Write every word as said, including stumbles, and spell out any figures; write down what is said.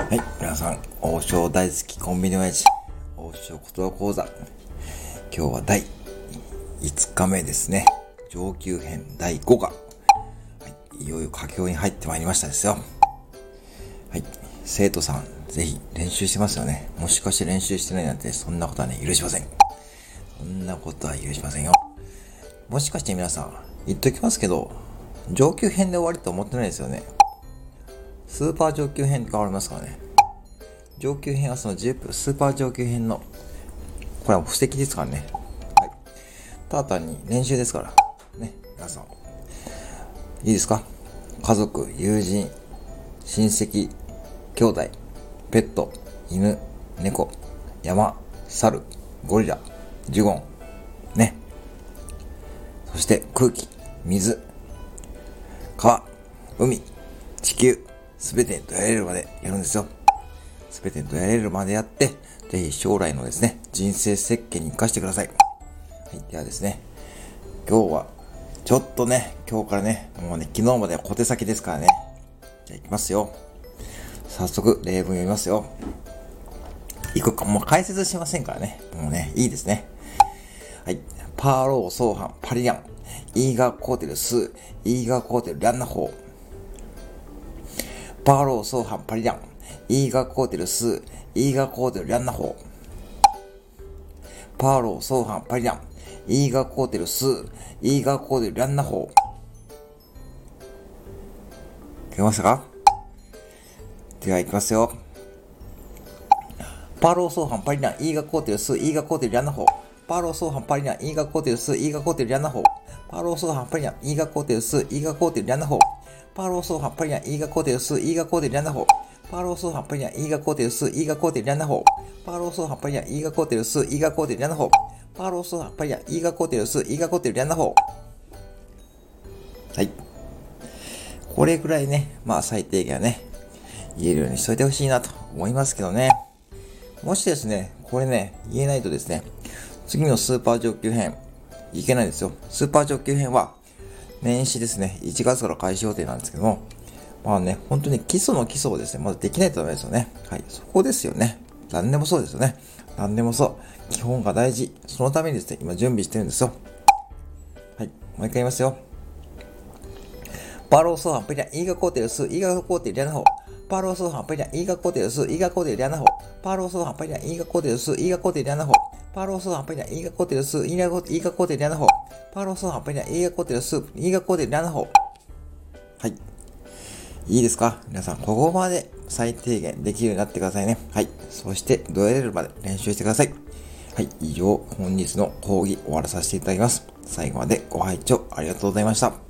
はい、皆さん、王将大好きコンビニ親父、王将言葉講座。今日はだいいつかめですね。上級編だいごか。はい、いよいよ佳境に入ってまいりましたですよ。はい、生徒さん、ぜひ練習してますよね。もしかして練習してないなんて、そんなことはね、許しません。そんなことは許しませんよ。もしかして皆さん、言っときますけど、上級編で終わりと思ってないですよね。スーパー上級編って変わりますからね。上級編はそのじゅっぷん、スーパー上級編の、これは布石ですからね。はい。ただ単に練習ですから。ね、皆さん。いいですか？家族、友人、親戚、兄弟、ペット、犬、猫、山、猿、ゴリラ、ジュゴン、ね。そして空気、水、川、海、地球、すべてとやれるまでやるんですよ。すべてとやれるまでやって、ぜひ将来のですね、人生設計に活かしてください。はい、ではですね、今日は、ちょっとね、今日からね、もうね、昨日までは小手先ですからね。じゃあ行きますよ。早速、例文読みますよ。いくか、もう解説しませんからね。もうね、いいですね。はい。パーロー、ソーハン、パリリャン、イーガーコーテル、スー、イーガーコーテル、リャンナホー。パーロー、ソーハン、パリリャン、イーガーコーテル、スー、イーガーコーテル、リャンナホー。パーロー、ソーハン、パリリャン、イーガーコーテル、スー、イーガーコーテル、リャンナホー。聞こえましたか？では行きますよ。パーロー、ソーハン、パリリャン、イーガーコーテル、スー、イーガーコーテル、リャンナホー。パーロー、ソーハン、パリリャン、イーガーコーテル、スー、イーガーコーテル、リャンナホー。パーロー、ソーハン、パリリャン、イーガーコーテル、スー、イーガーコーテル、リャンナホー。パーロー、ソーハン、パリリャン、イーガーコーテル、スー、イーガーコーテル、リャンナホー。パーロー、ソーハン、パリリャン、イーガーコーテル、スー、イーガーコーテル、リャンナホー。パーロー、ソーハン、パリリャン、イーガーコーテル、スー、イーガーコーテル、リャンナホー。パーロー、ソーハン、パリリャン、イーガーコーテル、スー、イーガーコーテル、リャンナホー。はい。これぐらいね、まあ最低限はね、言えるようにしといてほしいなと思いますけどね。もしですね、これね、言えないとですね、次のスーパー上級編、いけないですよ。スーパー上級編は、年始ですね、いちがつから開始予定なんですけども、まあね、本当に基礎の基礎をですね、まずできないとダメですよね。はい、そこですよね。何でもそうですよね。何でもそう。基本が大事。そのためにですね、今準備してるんですよ。はい、もう一回言いますよ。パーローソーハン、パリリャン、イーガーコーテル、スー、イーガーコーテル、リャンナホー。パーローソーハン、パリリャン、イーガーコーテル、スー、イーガーコーテル、リャンナホー。パーローソーハン、パリリャン、イーガーコーテル、スー、イーガーコーテル、リャンナホー。パーローソーハン、パリリャン、イーガーコーテル、スー、イーガーコーテル、イーガーコーテル、リャンナホー。パーローソーハン、パリリャン、イーガーコーテル、スー、イーガーコーテル、リャンナホー。はい。いいですか？皆さん、ここまで最低限できるようになってくださいね。はい。そして、どやれるまで練習してください。はい。以上、本日の講義終わらさせていただきます。最後までご拝聴ありがとうございました。